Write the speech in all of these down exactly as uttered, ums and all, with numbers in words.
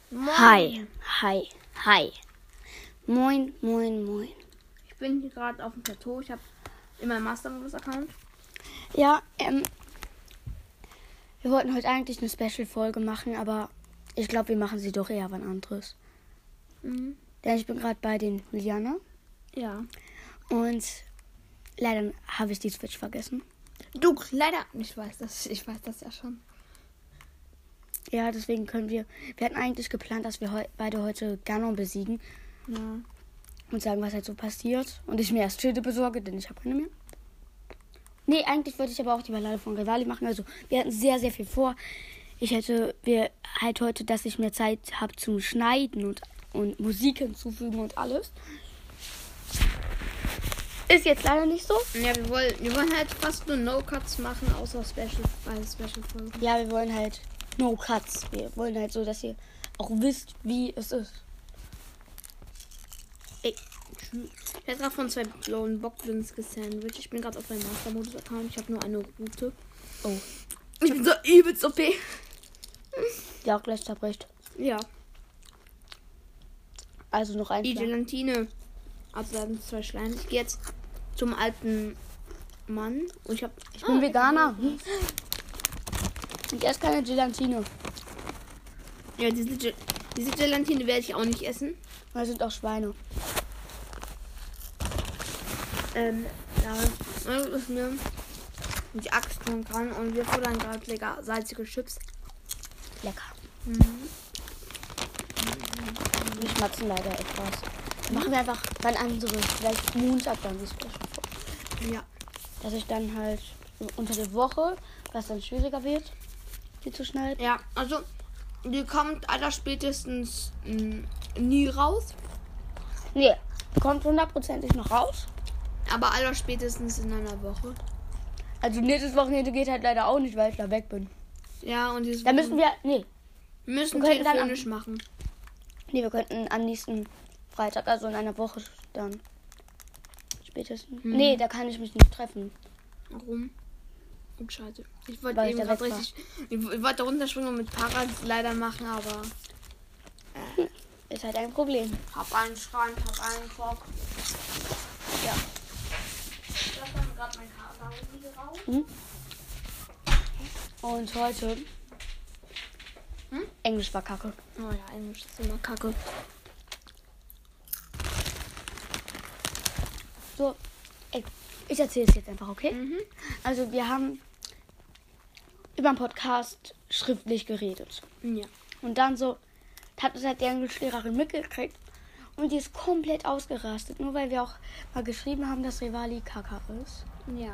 Moin. Hi, hi, hi. Moin, moin, moin. Ich bin hier gerade auf dem Plateau. Ich habe in meinem Mastermodus-Account. Ja, ähm, wir wollten heute eigentlich eine Special-Folge machen, aber ich glaube, wir machen sie doch eher wann anderes. Mhm. Denn ich bin gerade bei den Milianer Ja. und leider habe ich die Switch vergessen. Du, leider. Ich weiß das. Ich weiß das ja schon. Ja, deswegen können wir... Wir hatten eigentlich geplant, dass wir heu, beide heute Ganon besiegen Ja. und sagen, was halt so passiert. Und ich mir erst Schilde besorge, denn ich habe keine mehr. Nee, eigentlich wollte ich aber auch die Ballade von Rivali machen. Also, wir hatten sehr, sehr viel vor. Ich hätte wir halt heute, dass ich mehr Zeit habe zum Schneiden und, und Musik hinzufügen und alles. Ist jetzt leider nicht so. Ja, wir wollen, wir wollen halt fast nur No-Cuts machen, außer Special, bei Special-Folgen. Ja, wir wollen halt No Cuts. Wir wollen halt so, dass ihr auch wisst, wie es ist. Ey, ich werde gerade von zwei blauen Bockwins gesandwiched. Ich bin gerade auf meinem Master-Modus-Account. Ich habe nur eine Route. Oh. Ich bin so übelst O P. Die auch gleich zerbricht. Ja. Also noch ein Die Schlag. Gelatine. Also da sind zwei Schleime. Ich gehe jetzt zum alten Mann. Und ich habe. Ich bin Veganer. Ich esse keine Gelatine. Ja, diese, Ge- diese Gelatine werde ich auch nicht essen. Das sind auch Schweine. Ähm, ja, das ist mir die Axt tun kann. Und wir futtern gerade lecker salzige Chips. Lecker. Mhm. Wir schmatzen leider etwas. Machen wir einfach dann andere. Vielleicht Montag dann die Special. Ja. Dass ich dann halt unter der Woche, was dann schwieriger wird, die zu schneiden. Ja, also die kommt aller spätestens mh, nie raus. Nee, kommt hundertprozentig noch raus. Aber aller spätestens in einer Woche. Also nächstes Wochenende geht halt leider auch nicht, weil ich da weg bin. Ja, und dieses Da müssen wir, nee, wir müssen wir könnten dann telefonisch machen. nee, wir könnten am nächsten Freitag, also in einer Woche dann spätestens. Mhm. Nee, da kann ich mich nicht treffen. Warum? Oh, scheiße. Ich wollte Weil ich eben da gerade weg war. richtig. Ich, ich wollte runterspringen und mit Parad leider machen, aber. Ist halt ein Problem. Hab einen Schrein, hab einen Kopf. Ja. Ich lasse gerade mein Kater raus. Hm? Und heute Hm? Englisch war kacke. Oh ja, Englisch ist immer kacke. So, ey, ich erzähle es jetzt einfach, okay? Mhm. Also wir haben über den Podcast schriftlich geredet. Ja. Und dann so, hat es halt die Englischlehrerin mitgekriegt. Und die ist komplett ausgerastet. Nur weil wir auch mal geschrieben haben, dass Rivali kacke ist. Ja.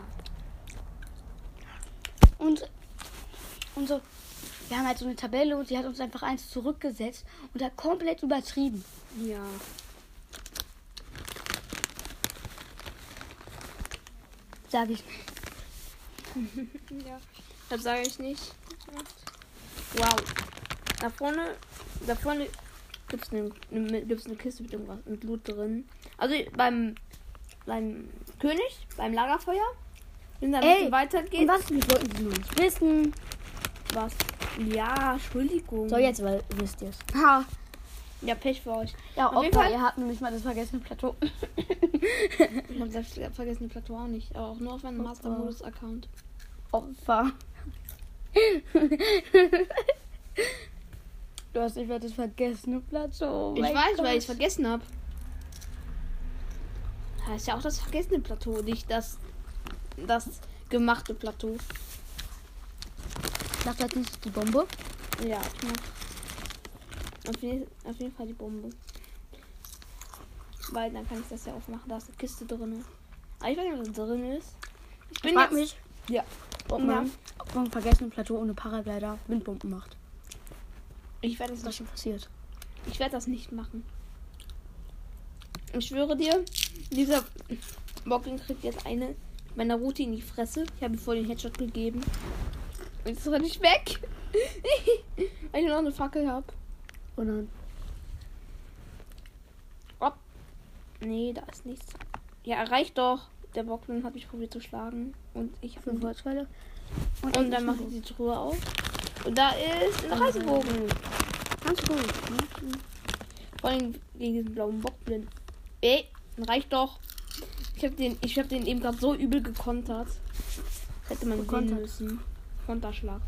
Und, und so, wir haben halt so eine Tabelle und sie hat uns einfach eins zurückgesetzt und hat komplett übertrieben. Ja. Sag ich. Ja. Das sage ich nicht. Wow. Da vorne, da vorne gibt's eine, eine, gibt's eine Kiste mit irgendwas mit Loot drin. Also beim, beim König, beim Lagerfeuer. Wenn da ein Ey, bisschen weiter Und geht. was? Wir wollten sie nur nicht wissen. Was? Ja, Entschuldigung. So, jetzt weil, wisst ihr es. Ha. Ja, Pech für euch. Ja, Auf jeden Opfer, Fall- ihr habt nämlich mal das vergessene Plateau. Ich habe selbst vergessen, Plateau auch nicht. Aber auch nur auf meinem Opfer. Master-Modus-Account. Opfer. Du hast nicht mal das vergessene Plateau. Oh Ich mein weiß, Gott. weil ich es vergessen habe. Das ist ja auch das vergessene Plateau, nicht das, das gemachte Plateau. Macht das nicht die Bombe? Ja, ich mach auf jeden, auf jeden Fall die Bombe. Weil dann kann ich das ja aufmachen. Da ist eine Kiste drin. Aber ich weiß nicht, was da drin ist. Ich bin Frag jetzt... mich, Ja. ob Ja. man, ob man vergessene Plateau ohne Paraglider Windbomben macht. Ich werde das, Das ist nicht- schon passiert. ich werde das nicht machen. Ich schwöre dir, dieser Bockling kriegt jetzt eine meiner Route in die Fresse. Ich habe ihm vor den Headshot gegeben. Und jetzt renne ich weg. Weil ich nur noch eine Fackel habe. Und dann, Ob. Nee, da ist nichts. Ja, reicht doch. Der Bockling hat mich probiert zu schlagen. Und ich habe fünf Holzpfeile. Und dann mache ich die Truhe auf. Und da ist ein Reisebogen. Ganz gut. Ne? Vor allem gegen diesen blauen Bockblind. Ey, reicht doch. Ich hab den, ich hab den eben gerade so übel gekontert. Das hätte man Gekontert. sehen müssen. Konterschlag.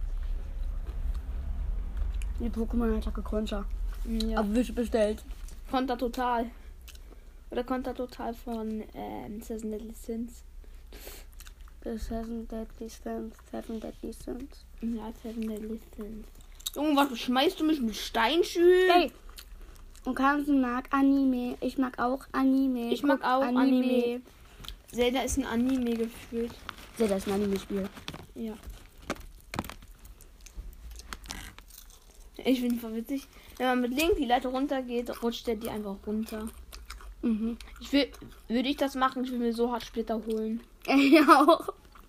Die Pokémon-Attacke Konter. Ja. Aber wird bestellt. Konter total. Oder Konter total von ähm, Season Deadly Sins. The Seven Deadly Sins. Seven Deadly Sins. Ja, Seven Deadly Sins. Junge, was schmeißt du mich mit Steinschülen? Hey! Und Carsten mag Anime. Ich mag auch Anime. Ich mag Guck, auch Anime. Zelda ist ein Anime gefühlt. Zelda ist ein Anime-Spiel. Ja. Ich finde voll witzig. Wenn man mit Link die Leiter runtergeht, rutscht der die einfach runter. Mhm. Ich will, würde ich das machen, ich will mir so hart Splitter holen. Ja auch.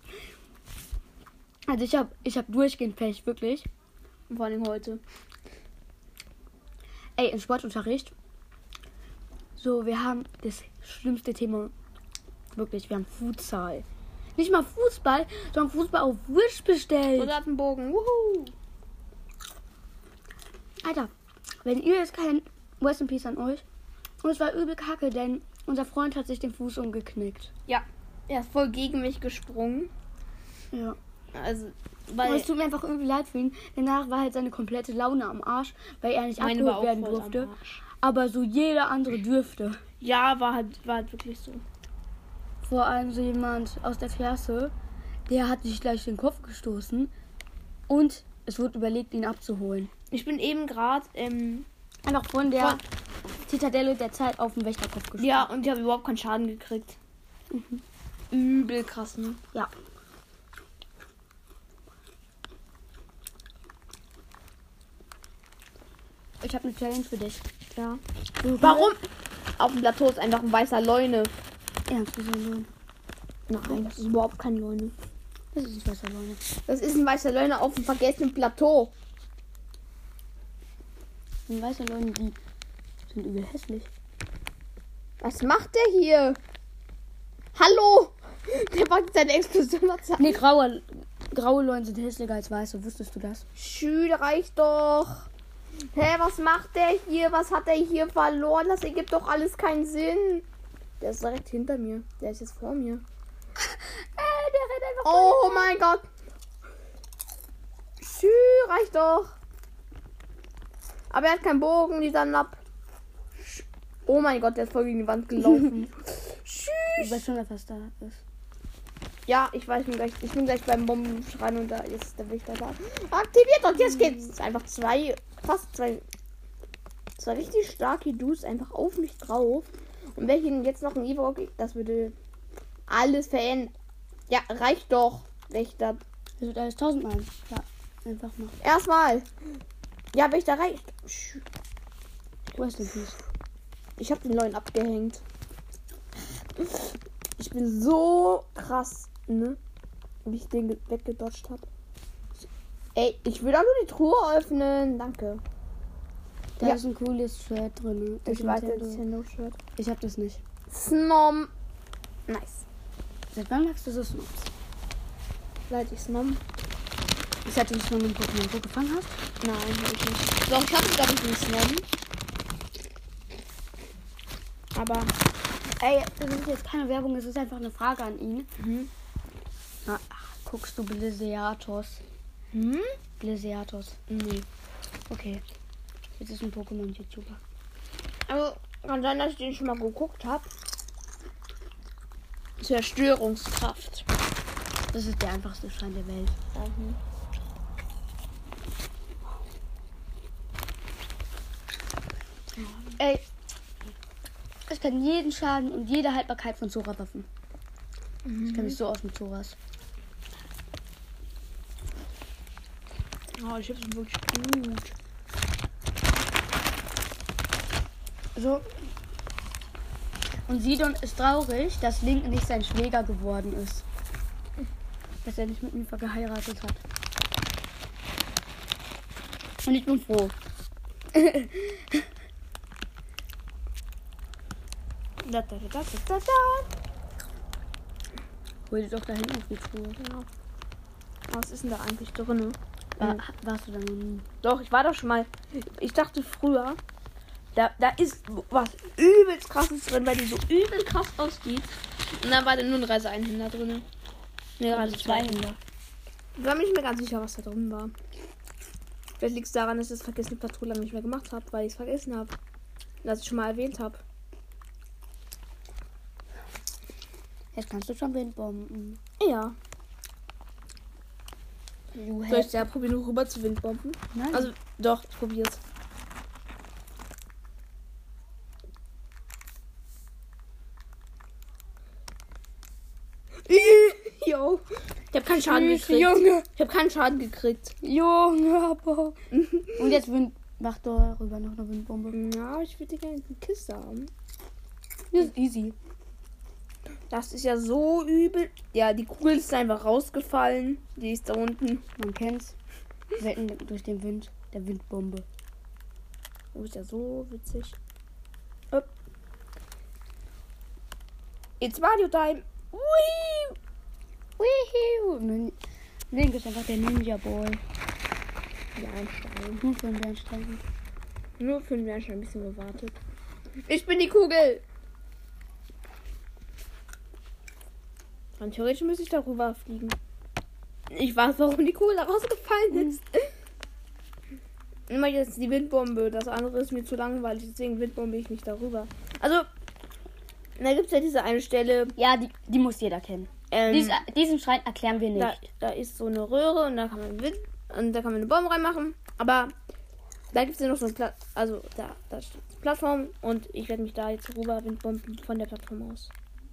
Also ich habe ich hab durchgehend Pech, wirklich. Und vor allem heute. Ey, im Sportunterricht. So, wir haben das schlimmste Thema. Wirklich, wir haben Futsal. Nicht mal Fußball, sondern Fußball auf Wish bestellt. Soldatenbogen, wuhu! Alter, wenn ihr es kennt, Rest in Peace an euch. Und es war übel kacke, denn unser Freund hat sich den Fuß umgeknickt. Ja, er ist voll gegen mich gesprungen. Ja. Also, Und weil es tut mir einfach übel leid für ihn. Danach war halt seine komplette Laune am Arsch, weil er nicht meine war abgeholt auch werden voll durfte. am Arsch. Aber so jeder andere dürfte. Ja, war halt, war halt wirklich so. Vor allem so jemand aus der Klasse, der hat sich gleich den Kopf gestoßen. Und es wurde überlegt, ihn abzuholen. Ich bin eben gerade, ähm, Einfach von der Von- Zitadelle der Zeit auf den Wächterkopf gestoßen. ja, und ich habe überhaupt keinen Schaden gekriegt. Mhm. Übel krass, ne? Ja. Ich habe eine Challenge für dich. Ja. Warum? Auf dem Plateau ist einfach ein weißer Leune. Ernst, wieso nun? Nein, das ist überhaupt kein Leune. Das ist nicht was Leute. Das ist ein weißer Leune auf dem vergessenen Plateau. Ein weißer Leute, die sind übel hässlich. Was macht der hier? Hallo? Der macht seine Explosion. Nee, graue, graue Leute sind hässlicher als weiße. Wusstest du das? Schü, reicht doch. Hä, was macht der hier? Was hat er hier verloren? Das ergibt doch alles keinen Sinn. Der ist direkt hinter mir. Der ist jetzt vor mir. Äh, der rennt einfach. Oh mein Gott. Schü, reicht doch. Aber er hat keinen Bogen, dieser Napp. Schü. Oh mein Gott, der ist voll gegen die Wand gelaufen. Schü. Ich weiß schon, was da ist. Ja, ich weiß, ich bin gleich, ich bin gleich beim Bombenschreien und da ist der Wächter da. Aktiviert und jetzt geht's einfach zwei, fast zwei, zwei richtig starke Dudes einfach auf mich drauf. Und wenn ich ihnen jetzt noch ein Evo, das würde alles verändern. Ja, reicht doch, Wächter. Das wird alles tausendmal. Ja, einfach mal. Erstmal. Ja, Wächter reicht. Rest in Peace. Ich habe den neuen abgehängt. Ich bin so krass, ne? Wie ich den ge- weggedodgt habe. Ey, ich will auch nur die Truhe öffnen. Danke. Da Ja. ist ein cooles Shirt drin. Das Ich weiß, das Nintendo. Nintendo-Shirt. Ich hab das nicht. Snom. Nice. Seit wann magst du so Snobs? Seit ich Snom. Seit du Snom im Pokémon Go gefangen hast? Nein, hab ich nicht. Doch, ich hatte, glaube ich, einen Snom. Aber. Ey, das ist jetzt keine Werbung, es ist einfach eine Frage an ihn. Mhm. Na, ach, guckst du Blizziatos? Hm? Blizziatos. Nee. Okay. Jetzt ist ein Pokémon-YouTuber. Also, kann sein, dass ich den schon mal geguckt habe. Zerstörungskraft. Das ist der einfachste Stein der Welt. Mhm. Ey, ich kann jeden Schaden und jede Haltbarkeit von Zora-Waffen. Ich kenne mich so aus mit Zoras. Oh, ich hab's wirklich gut. So. Und Sidon ist traurig, dass Link nicht sein Schläger geworden ist. Dass er nicht mit mir geheiratet hat. Und ich bin froh. Da, da, da, da, da, da. Hol dir doch da hinten auf die Truhe. Ja. Was ist denn da eigentlich drin? War, Mhm. Warst du da noch nie? Doch, ich war doch schon mal. Ich dachte früher, da, da ist was übelst krasses drin, weil die so übel krass aussieht. Und dann war da nur ein Reiseeinhänder drin. Ne, Also zwei Hände. Ich war mir nicht mehr ganz sicher, was da drin war. Vielleicht liegt es daran, dass ich das vergessene Plateau lange nicht mehr gemacht habe, weil ich es vergessen habe. Dass ich schon mal erwähnt habe. Jetzt kannst du schon Windbomben. Ja. You Soll ich ja probieren, rüber zu Windbomben? Nein. Also, doch, ich probier's. Jo. Ich hab keinen Schaden gekriegt. Junge. Ich hab keinen Schaden gekriegt. Junge, aber. Und jetzt Wind. Mach doch rüber noch eine Windbombe. Ja, ich würde gerne eine Kiste haben. Das ist easy. Das ist ja so übel. Ja, die Kugel ist einfach rausgefallen. Die ist da unten. Man kennt's. Selten durch den Wind. Der Windbombe. Das ist ja so witzig. Upp. It's Mario Time. Ui. Wihiu. Nun- Link ist einfach der Ninja Boy. Bernstein. Nur für den Bernstein. Nur für den Bernstein ein bisschen gewartet. Ich bin die Kugel. Rein theoretisch müsste ich darüber fliegen. Ich weiß, warum die Kugel da rausgefallen ist. Immer jetzt die Windbombe. Das andere ist mir zu langweilig. Deswegen Windbombe ich nicht darüber. Also, da gibt es ja diese eine Stelle. Ja, die, die muss jeder kennen. Ähm, Dies, diesen Schrein erklären wir nicht. da, da ist so eine Röhre und da kann man Wind und da kann man eine Bombe reinmachen. Aber da gibt es ja noch so eine Plattform. Also, da, da steht eine Plattform und ich werde mich da jetzt rüber Windbomben von der Plattform aus.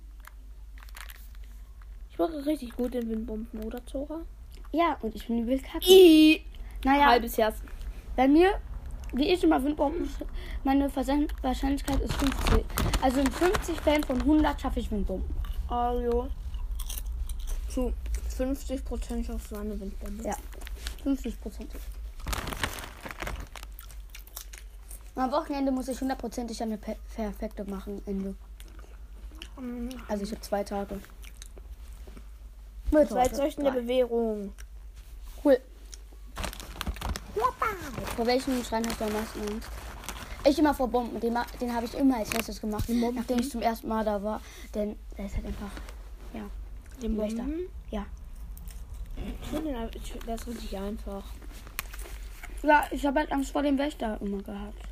Ich mache richtig gut in Windbomben, oder Zora? Ja, und ich bin die Wildkacke. I Naja, Halbes Herz. bei mir, wie ich immer Windbomben, sch- meine Versand Wahrscheinlichkeit ist fünfzig. Also in fünfzig Fällen von hundert schaffe ich Windbomben. Also zu fünfzig Prozent auf so eine Windbombe. Ja, fünfzig Prozent. Am Wochenende muss ich hundertprozentig eine per perfekte machen. Ende. Also ich habe zwei Tage. Mit Zwei Zeichen der drei. Bewährung. Cool. Vor welchem Schrein hast du am meisten Angst? Ich immer vor Bomben. Den, ma- den habe ich immer als erstes gemacht, Bomben? nachdem ich zum ersten Mal da war. Denn der ist halt einfach, ja, Den Wächter. Bomben? Ja. Ich finde den einfach- ich find- der ist richtig einfach. Ja, ich habe halt Angst vor dem Wächter immer gehabt.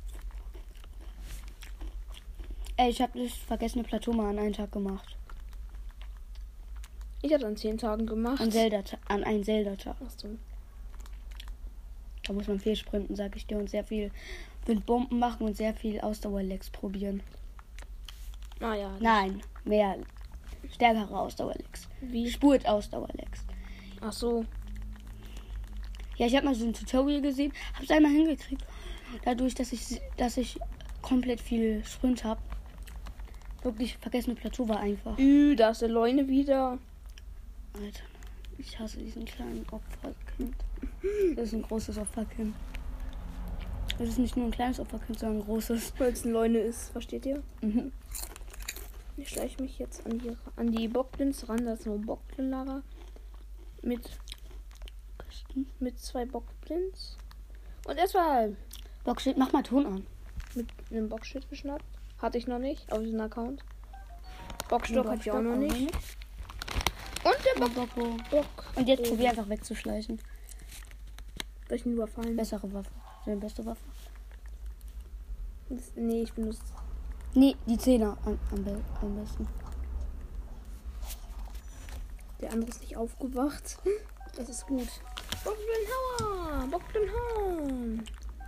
Ey, ich habe das vergessene Plateau mal an einen Tag gemacht. Ich habe es an zehn Tagen gemacht. An, Zelda an einen Zelda-Tag. Ach so. Da muss man viel sprinten, sag ich dir, und sehr viel Windbomben machen und sehr viel Ausdauerlecks probieren. Naja. Nein, mehr stärkere Ausdauerlecks. Wie? Spurt Ausdauerlecks. Ach so. Ja, ich habe mal so ein Tutorial gesehen, habe es einmal hingekriegt. Dadurch, dass ich, dass ich komplett viel Sprint habe. Wirklich vergessene Plateau war einfach. Ü, da ist der Leune wieder. Alter, ich hasse diesen kleinen Opferkind. Das ist ein großes Opferkind. Das ist nicht nur ein kleines Opferkind, sondern ein großes. Weil es ein Leune ist, versteht ihr? Mhm. Ich schleiche mich jetzt an die, an die Bockblins ran. Da ist nur Bockblin-Lager. Mit, mit zwei Bockblins. Und erstmal Bockschild, mach mal Ton an. mit einem Bockschild geschnappt. Hatte ich noch nicht auf diesem Account. Bockstock hatte ich auch noch nicht. Und der Bock. Bock, Bock. Bock. Und jetzt probier einfach wegzuschleichen. Soll ich ihn überfallen? Bessere Waffe. Deine beste Waffe. Das, nee, ich benutze. Nee, die Zehner am, am, be am besten. Der andere ist nicht aufgewacht. Das ist gut. Bockblin-Hauer! Bockblin-Hauer!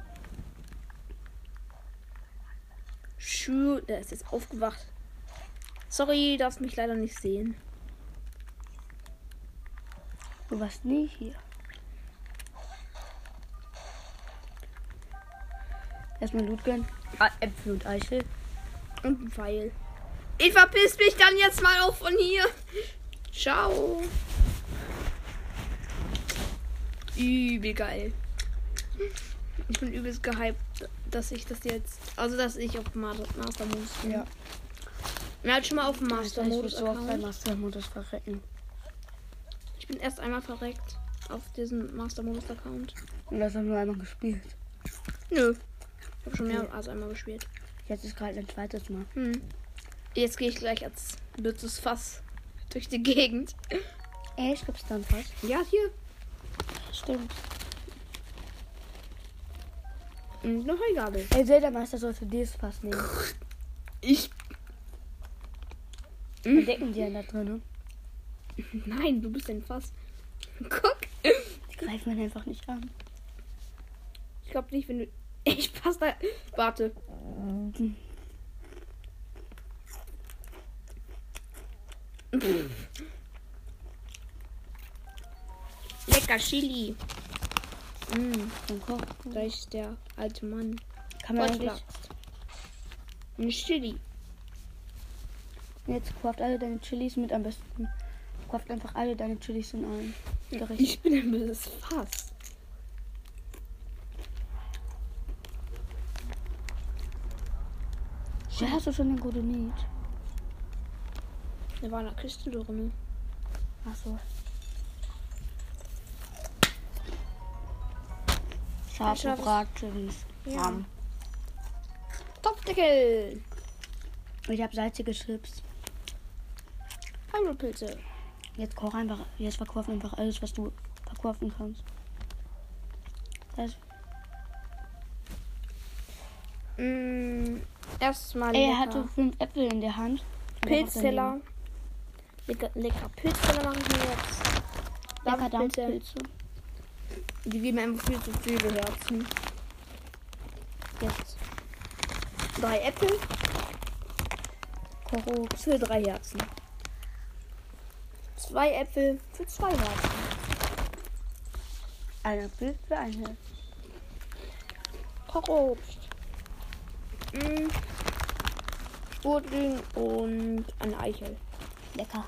Schuh, der ist jetzt aufgewacht. Sorry, darfst mich leider nicht sehen. Du warst nie hier. Erstmal Loot gönnen. Ah, Äpfel und Eichel. Und ein Pfeil. Ich verpiss mich dann jetzt mal auch von hier. Ciao. Übel geil. Ich bin übelst gehypt, dass ich das jetzt. Also, dass ich auf Ma- Master-Modus bin. Ja. Er hat schon mal auf dem Master-Modus Master-Modus. so auf beim Account. Master-Modus verrecken. Ich bin erst einmal verreckt. Auf diesem Master Modus Account. Und das haben wir einmal gespielt. Nö. Ich habe schon mehr als einmal gespielt. Jetzt ist gerade ein zweites Mal. Hm. Jetzt gehe ich gleich als böses Fass durch die Gegend. Echt? Gibt's dann was? Ja, hier. Stimmt. Und eine Heugabel. Ey, Zelda-Meister sollte dieses Fass nehmen. Ich. Entdecken die ja da drin. Nein, du bist ein Fass. Guck. Die greifen man einfach nicht an. Ich glaube nicht, wenn du. Ich passe da. Warte. Lecker Chili. Mm, Dann koch. da ist der alte Mann. Kann man Was eigentlich. lachst? Ein Chili. Jetzt kauft alle deine Chilis mit am besten. Kauft einfach alle deine Chilis in ein Gericht. Ich bin ein böses Fass. Ja, hast du schon den Godonit? Der war in der Kiste drin. Ach so. Scharfe Scharfes- Bratchilis. Ja. Ham. Topfdeckel. Ich habe salzige Chips. Hyrule-Pilze. Jetzt koch einfach, jetzt verkauf einfach alles, was du verkaufen kannst. Das, Mm, erstmal ey, er lecker hatte fünf Äpfel in der Hand. Pilzteller. Lecker, lecker Pilzteller mache ich mir jetzt. Lecker Dampfpilze. Dampfpilze. Die geben einfach viel zu viele Herzen. Jetzt drei Äpfel Koch. für drei Herzen. Zwei Äpfel für zwei Herzen. Ein Apfel für ein Herz. Kochobst. Mm. Spurtling und eine Eichel. Lecker.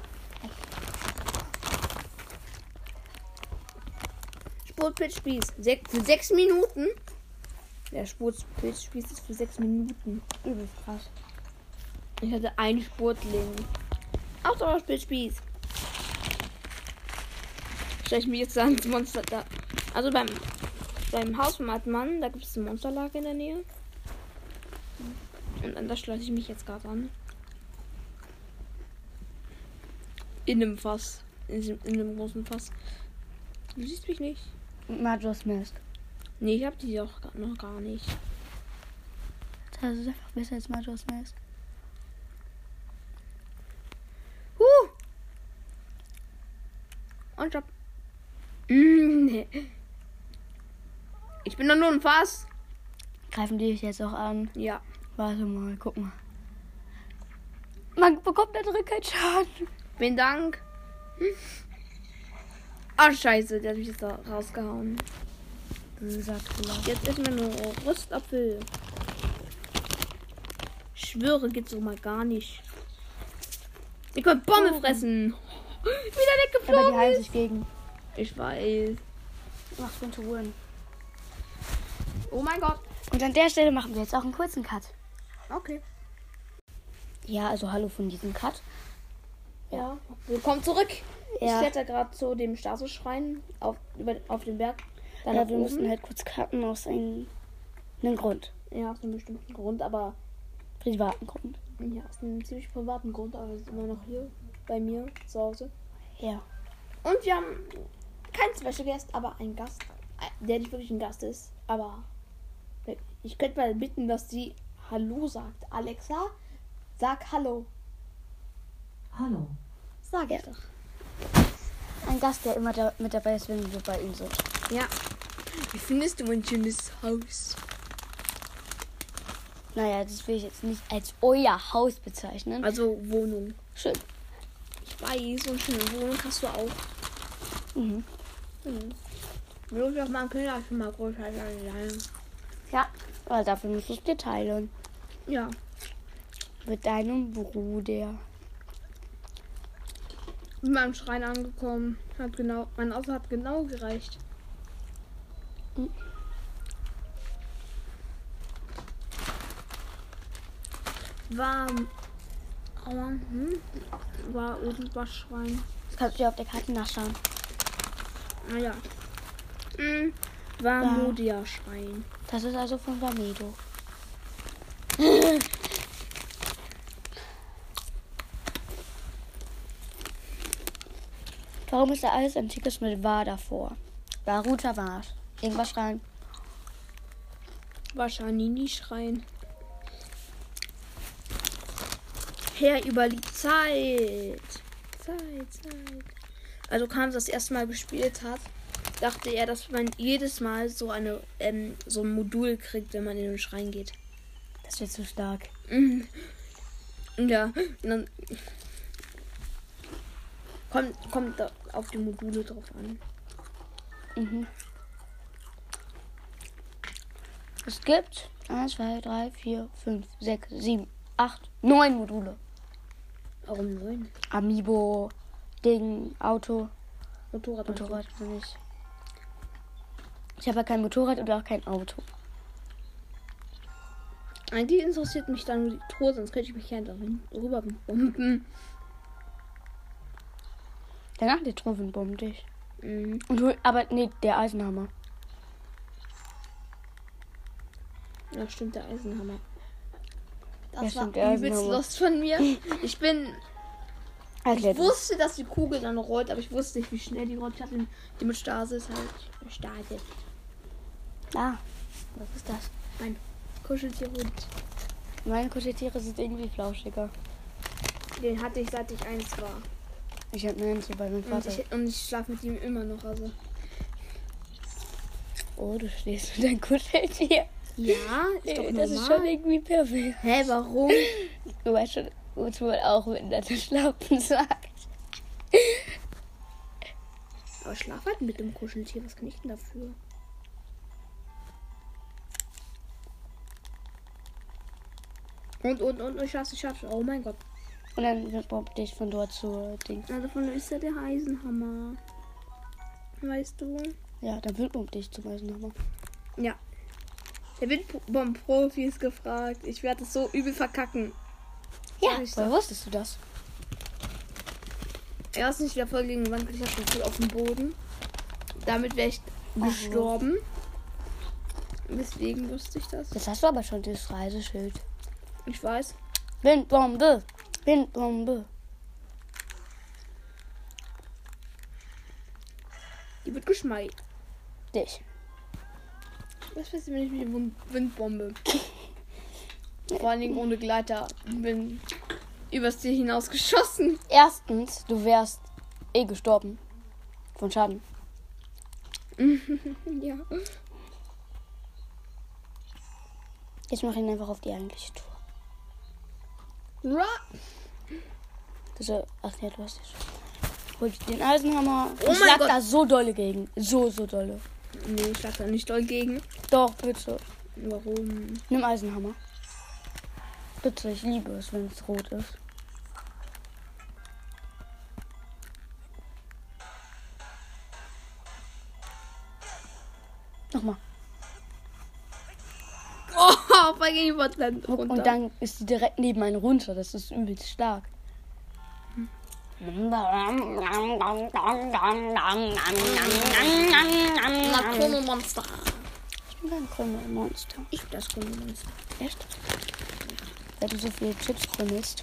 Spurtpilzspieß. Sech, für sechs Minuten. Der Spurtpilzspieß ist für sechs Minuten. Übelst krass. Ich hatte einen Spurtling. Ausdauerspilzspieß. Stell ich mich jetzt ans Monster da. Also beim, beim Haus vom alten Mann, da gibt es ein Monsterlager in der Nähe. Und an das schleiche ich mich jetzt gerade an. In einem Fass. In, diesem- in einem großen Fass. Du siehst mich nicht. Majora's Mask. Nee, ich hab die auch gar- noch gar nicht. Das ist einfach besser als Majora's Mask. Huh! Und stopp. Mm, nee. Ich bin doch nur ein Fass. Greifen die dich jetzt auch an? Ja. Warte mal, guck mal. Man bekommt da drin keinen Schaden. Vielen Dank. Ah, scheiße, der hat mich jetzt da rausgehauen. Böser Killer. Jetzt ist mir nur Röstapfel. Ich schwöre, geht so mal gar nicht. Ihr könnt Bombe fressen. Wieder Aber die heilen weggeflogen. sich gegen. Ich weiß. Mach Spin to Win. Oh mein Gott. Und an der Stelle machen wir jetzt auch einen kurzen Cut. Okay. Ja, also hallo von diesem Cut. Ja. Willkommen zurück. Ja. Ich kletter gerade zu dem Stasis-Schrein auf, über, auf den Berg. Dann Ja, nach wir oben. müssen halt kurz cutten aus einem, einem Grund. Ja, aus einem bestimmten Grund, aber Privaten Grund. ja, aus einem ziemlich privaten Grund, aber wir sind immer noch hier bei mir zu Hause. Ja. Und wir haben keinen Special Guest, aber einen Gast, der nicht wirklich ein Gast ist. Aber ich könnte mal bitten, dass sie Hallo sagt. Alexa, sag Hallo. Hallo. Sag es doch. Ein Gast, der immer da, mit dabei ist, wenn wir bei ihm sind. Ja. Wie findest du mein schönes Haus? Naja, das will ich jetzt nicht als euer Haus bezeichnen. Also Wohnung. Schön. Ich weiß, so eine schöne Wohnung hast du auch. Mhm. Mhm. Will ich auch mal Kinder schon mal größer sein. Ja, aber dafür musst du es dir teilen. Ja. Mit deinem Bruder. Bin beim Schrein angekommen. Hat genau, mein Auto hat genau gereicht. Mhm. War, aber, hm, war irgendwas Schrein. Das kannst du ja auf der Karte nachschauen. Naja. Hm. Vamodia-Schrein. Das ist also von Vamedo. Warum ist da alles Antikes mit War davor? Baruta war's. Irgendwas schreien. Wahrscheinlich-Schrein. Her über die Zeit. Zeit, Zeit. Also Kam das erste Mal gespielt hat, dachte er, dass man jedes Mal so eine ähm, so ein Modul kriegt, wenn man in den Schrein geht. Das wird zu stark. Mhm. Ja, und dann kommt, kommt da auf die Module drauf an. Mhm. Es gibt eins, zwei, drei, vier, fünf, sechs, sieben, acht, neun Module. Warum neun? Amiibo, Ding, Auto, Motorrad. Motorrad bin ich. Ich habe ja kein Motorrad oder auch kein Auto. Eigentlich interessiert mich dann nur die Tour, sonst könnte ich mich ja darin rüber bomben. Danach die Truppen bomben dich. Mhm. Und hol, aber nee, der Eisenhammer. Ja, stimmt, der Eisenhammer. Das Ja, war stimmt, der übelst Eisenhammer. lost von mir. Ich bin. Ich Athlet. wusste, dass die Kugel dann rollt, aber ich wusste nicht, wie schnell die rollt. Ich hatte die mit Stasis halt gestartet. Ah, was ist das? Mein Kuscheltierhund. Meine Kuscheltiere sind irgendwie flauschiger. Den hatte ich, seit ich eins war. Ich hab einen so bei meinem Und Vater. ich, und ich schlafe mit ihm immer noch. Also. Oh, du stehst mit deinem Kuscheltier. Ja, ist doch Das normal. ist schon irgendwie perfekt. Hä, warum? Du weißt schon, wozu man auch miteinander schlafen sagt. Aber schlaf halt mit dem Kuscheltier. Was kann ich denn dafür? Und, und, und, ich schaff's, ich schaff's. Oh mein Gott. Und dann wird Bob dich von dort zu Ding. Also von ist ja der Eisenhammer. Weißt du? Ja, dann wird Bob dich zum Eisenhammer. Ja. Der Windbomb-Profi ist gefragt. Ich werde es so übel verkacken. Ja, Sag ich woher doch. wusstest du das? Erst nicht wieder voll gegen die Wand, ich hab schon voll auf dem Boden. Damit wäre ich gestorben. Deswegen wusste ich das. Das hast du aber schon, das Reiseschild. Ich weiß. Windbombe. Windbombe. Die wird geschmeidet. Dich. Was passiert, wenn ich mit der Wind- Windbombe? Vor allen Dingen ohne Gleiter. Bin übers Ziel hinausgeschossen. Erstens, du wärst eh gestorben. Von Schaden. Ja. Jetzt mach ihn einfach auf die eigentliche Tour. Ra Das ist, ach ja, du hast ja schon. Hol ich den Eisenhammer. Oh ich mein lag Gott. da so dolle gegen. So, so dolle. Nee, ich schlag da nicht doll gegen. Doch, bitte. Warum? Nimm Eisenhammer. Bitte, ich liebe es, wenn es rot ist. Nochmal. Oh, bei Gegenübertrend runter. Und dann ist sie direkt neben einem runter. Das ist übelst stark. Na, Chronomonster. Ich bin kein Krümmelmonster. Ich bin das Chronomonster. Echt? Weil du so viele Chips krümmelst.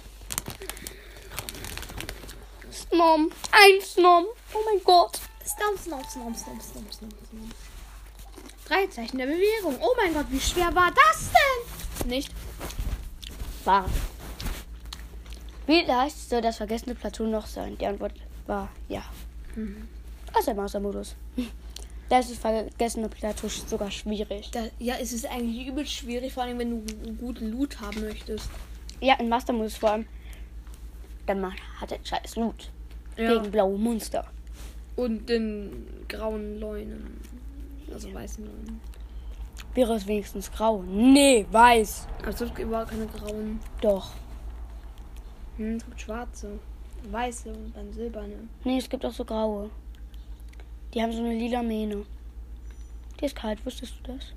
Snom. Ein Snom. Oh mein Gott. Stomp, stomp, stomp, stomp, stomp, stomp, stomp. Drei Zeichen der Bewegung. Oh mein Gott, wie schwer war das denn? Nicht. War. Wie leicht soll das vergessene Plateau noch sein? Die Antwort war ja. Mhm. Das ist der Mastermodus. Da ist das vergessene Plateau sogar schwierig. Da, ja, es ist eigentlich übel schwierig, vor allem wenn du einen guten Loot haben möchtest. Ja, in Mastermodus vor allem. Dann man hat er scheiß Loot. Ja. Gegen blaue Monster. Und den grauen Leunen. Also weißen Leunen. Wäre es wenigstens grau? Nee, weiß. Aber es gibt überhaupt keine grauen. Doch. Hm, es gibt schwarze, weiße und dann silberne. Nee, es gibt auch so graue. Die haben so eine lila Mähne. Die ist kalt, wusstest du das?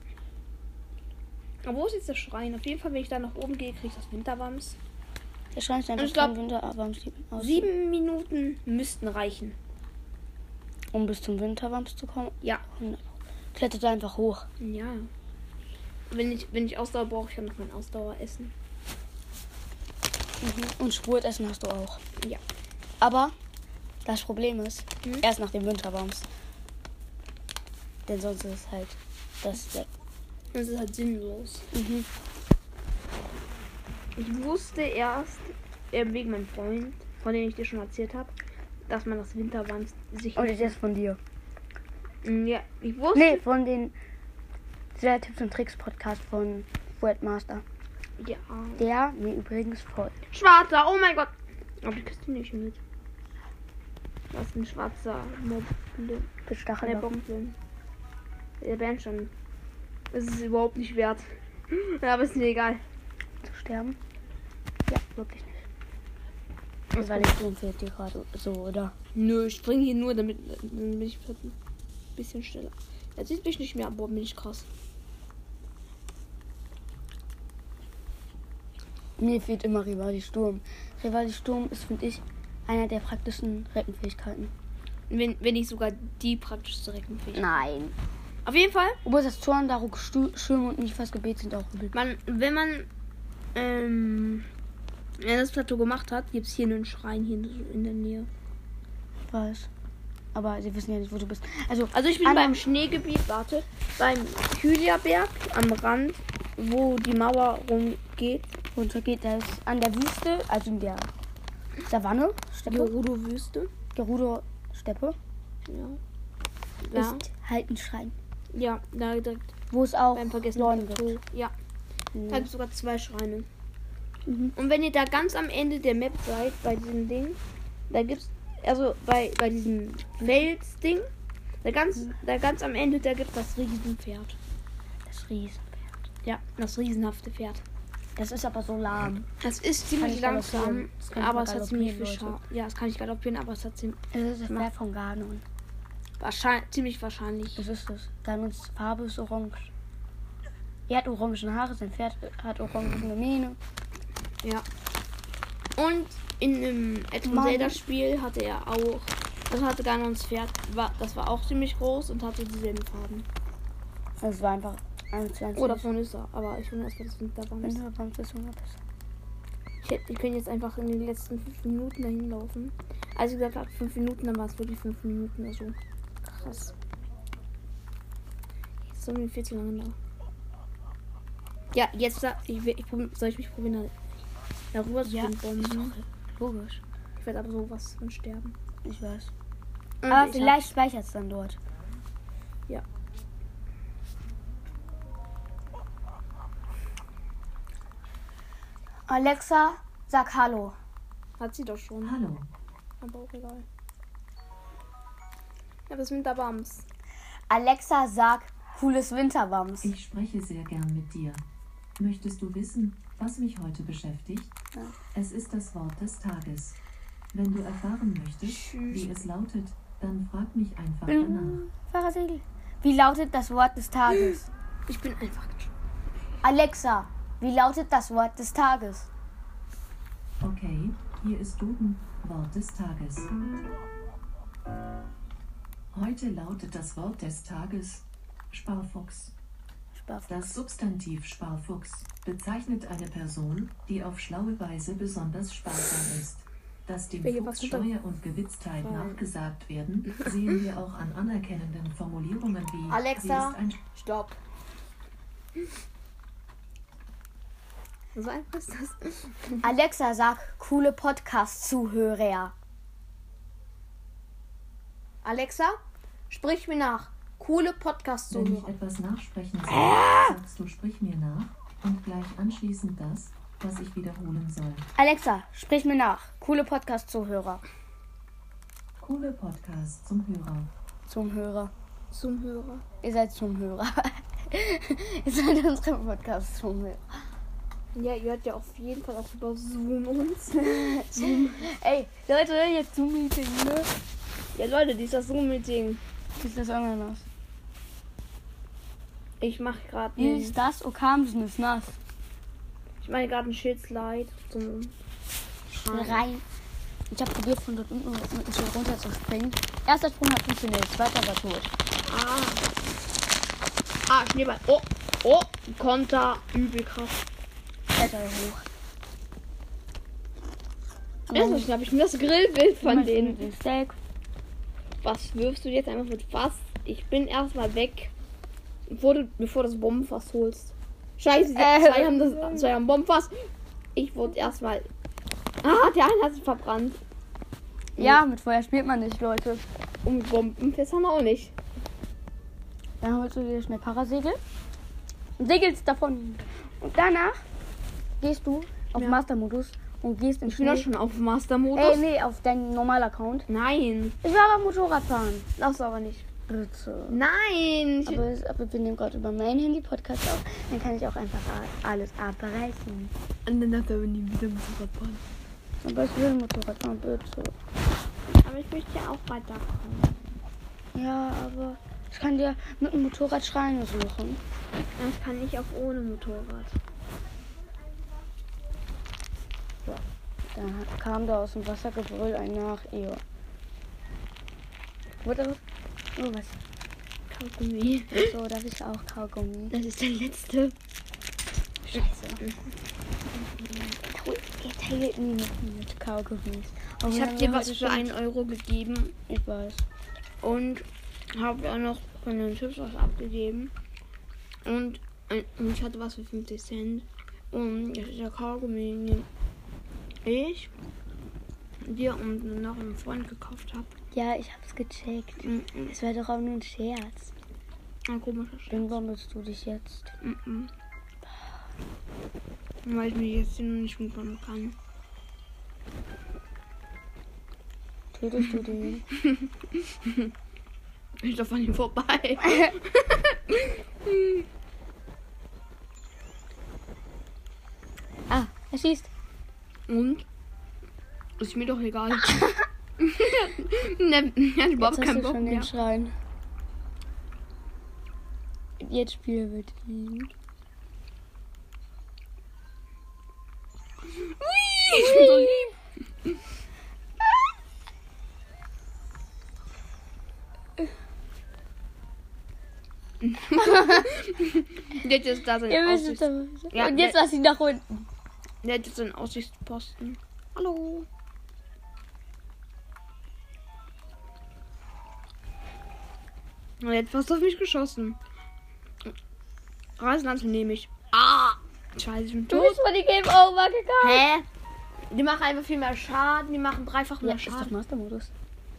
Aber wo ist jetzt der Schrein? Auf jeden Fall, wenn ich da nach oben gehe, kriege ich das Winterwams. Der Schrein ist einfach Ich glaub, kein Winter, aber am Sieben aus. Sieben Minuten müssten reichen. Um bis zum Winterwams zu kommen. Ja. Klettert einfach hoch. Ja. Wenn ich, wenn ich Ausdauer brauche, ich kann noch mein Ausdaueressen. Mhm. Und Spurtessen hast du auch. Ja. Aber das Problem ist, Hm? erst nach dem Winterwams. Denn sonst ist es halt das weg. Das ist halt sinnlos. Mhm. Ich wusste erst, äh, wegen meinem Freund, von dem ich dir schon erzählt habe, dass man das Winterwams sich... Und jetzt von dir. Mm, Ja, ich wusste... Nee, von den sehr Tipps und Tricks Podcast von Wordmaster. Ja. Der mir übrigens folgt. Schwarzer, oh mein Gott. Aber die kriegst du nicht mit. Das ist ein schwarzer Moblin. Bestachelt. Der Bockblin. Der Bernstein. Das ist überhaupt nicht wert. Ja, aber ist mir egal. Zu sterben? Ja, wirklich nicht. Weil ich Sturm fehlt dir gerade so, oder? Nö, ich springe hier nur, damit, damit ich ein bisschen schneller. Er sieht mich nicht mehr, aber bin ich krass. Mir fehlt immer Rivali Sturm. Rivali Sturm ist, finde ich, einer der praktischen Reckenfähigkeiten. Wenn, wenn nicht sogar die praktischste Reckenfähigkeit. Nein. Auf jeden Fall, Obwohl das Zorn, Daruk, Schirm und Nifas Gebet sind auch übel. man, wenn man ähm, ja, das Plateau gemacht hat, gibt es hier einen Schrein hier in der Nähe. Ich weiß. Aber sie wissen ja nicht, wo du bist. Also, Also ich bin Anna- beim Schneegebiet, warte, beim Hyliaberg am Rand, wo die Mauer rumgeht. runter geht, da ist an der Wüste, also in der Savanne, Steppe, Gerudo-Wüste. Gerudo-Steppe, Ja. Ja. ist halt ein Schrein. Ja, da direkt Wo es auch beim Vergessen Leuen Plateau. gibt. Ja, da Mhm. gibt es sogar zwei Schreine. Mhm. Und wenn ihr da ganz am Ende der Map seid, bei diesem Ding, da gibt's, also bei, bei diesem Felsding, da ganz, da ganz am Ende, da gibt das Riesenpferd. Das Riesen. Ja, das riesenhafte Pferd. Das ist aber so lahm. Das ist Kann ziemlich ich langsam, galoppieren. Das kann ich aber mal es hat ziemlich viel galoppieren, Schaden. Ja, das kann ich galoppieren, aber es hat ziemlich, Es ist das Mach. Pferd von Ganon. wahrscheinlich, ziemlich wahrscheinlich. Das ist das. Ganons Farbe ist orange. Er hat orange Haare, sein Pferd hat orange Mähne. Ja. Und in einem etwas Mann. Zelda-Spiel hatte er auch, das hatte Ganons Pferd, war, das war auch ziemlich groß und hatte dieselben Farben. Das war einfach eins zu eins. Oh, davon ist er, aber ich will erstmal das Winterwams. Winterwams ist hundert Prozent. Ich, hätte- ich könnte jetzt einfach in den letzten fünf Minuten dahin laufen. Als ich gesagt habe, fünf Minuten, dann war es wirklich fünf Minuten. Also krass. Jetzt sind wir viel zu lange da. Ja, jetzt da- ich, will- ich, prob- soll ich mich probieren, da- darüber zu Ja, bomben. Logisch. Ich werde aber sowas von sterben. Ich weiß. Und Aber ich vielleicht speichert es dann dort. Ja. Alexa, sag Hallo. Hab, hat sie doch schon. Hallo. Aber auch egal. Ja, das Winterwams. Alexa, sag cooles Winterwams. Ich spreche sehr gern mit dir. Möchtest du wissen, was mich heute beschäftigt? Ja. Es ist das Wort des Tages. Wenn du erfahren möchtest, Tschüss. wie es lautet, dann frag mich einfach danach. Bin Fahrradsiegel. Wie lautet das Wort des Tages? Ich bin einfach. Alexa, wie lautet das Wort des Tages? Okay, hier ist Duden, Wort des Tages. Heute lautet das Wort des Tages Sparfuchs. Sparfuchs. Das Substantiv Sparfuchs bezeichnet eine Person, die auf schlaue Weise besonders sparsam ist. Dass dem Welche Fuchs was unter- Scheuer und Gewitztheit Voll. nachgesagt werden, sehen wir auch an anerkennenden Formulierungen wie Alexa. Sie ist ein Stopp. So einfach ist das. Alexa, sag coole Podcast-Zuhörer. Alexa, sprich mir nach. Coole Podcasts Wenn ich zuhören. etwas nachsprechen soll, Ah! sagst du sprich mir nach und gleich anschließend das, was ich wiederholen soll. Alexa, sprich mir nach. Coole Podcast-Zuhörer. Coole Podcast zum Hörer. Zum Hörer. Zum Hörer. Ihr seid zum Hörer. Ihr seid unsere Podcast zum Hörer. Ja, ihr hört ja auf jeden Fall auch über Zoom uns. Ey, Leute, jetzt Zoom-Meeting, ne? Ja, Leute, dieses Zoom-Meeting. Wie ist das Ananas? Ich mache gerade Wie ein, ist das? Okamsen ist nass. ich meine gerade ein Schildslide zum Schreien. Rein. Ich habe probiert, von dort unten mit dem Schild runter zu springen. Erster Sprung hat funktioniert, zweiter war tot. Ah. Ah, Schneeball. Oh, oh, Konter, übel krass. Kletter hoch. Erstmal schnapp ich mir das Grillbild von denen. Den Steak. Was wirfst du jetzt einfach mit was? Ich bin erstmal weg, bevor du, bevor du das Bombenfass holst. Scheiße, die Äh. zwei haben das, zwei haben Bombenfass. Ich wurde erstmal. Ah, der eine hat sich verbrannt. Ja, mit Feuer spielt man nicht, Leute. Und Bombenfässer haben wir auch nicht. Dann holst du dir schnell Parasegel und segelst davon. Und danach gehst du auf Ja. Master-Modus und gehst in Ich bin doch schon auf Master-Modus. Ey, nee, auf deinen normalen Account. Nein, Ich will aber Motorradfahren. das aber nicht. Bitte. Nein. Ich, Aber, es- aber wir nehmen gerade über mein Handy Podcast auf. Dann kann ich auch einfach a- alles abreißen. und dann darf er nie wieder Motorrad fahren. Aber ich will Motorrad fahren, bitte. Aber ich möchte ja auch weiterkommen. Ja, aber ich kann dir mit dem Motorrad Schreine suchen. Das kann ich auch ohne Motorrad. Da kam da aus dem Wassergebrüll ein nach ihr. Wurde das? Oh, was? Kaugummi. So, darf ich auch Kaugummi? Das ist der letzte. Scheiße. Ihr teilt nie mit mir mit Kaugummis. Aber Ich habe dann dir haben was wir für einen Euro gegeben Ich weiß. und habe auch noch von den Chips was abgegeben. Und, ein- und ich hatte was für fünfzig Cent. Und das ist der Kaugummi, den ich dir und noch einem Freund gekauft habe. Ja, ich hab's gecheckt. Mhm. Es war doch auch nur ein Scherz. Ein komischer Scherz. Dann wommelst du dich jetzt. Mhm. Weil ich mir jetzt hier noch nicht mitkommen kann. Tötest du den? Ich laufe an ihm vorbei. Ah, er schießt. Und? Ist mir doch egal. ne, ich hab überhaupt Jetzt hast keinen du Bock schon mehr. den Schrein. Jetzt spielen wir ihn. Ui, ich bin so lieb. Jetzt ist da sein Ihr wisst es Aussichts... doch. Ja, Und jetzt ne- lass ihn nach unten. Der hat jetzt einen Aussichtsposten. Hallo. Und jetzt fast auf mich geschossen. Reisenland nehme ich. Ah! Scheiße, ich bin Du tot. bist von die Game Over gegangen. Hä? Die machen einfach viel mehr Schaden. Die machen dreifach Ja, mehr ist doch Schaden. Master-Modus.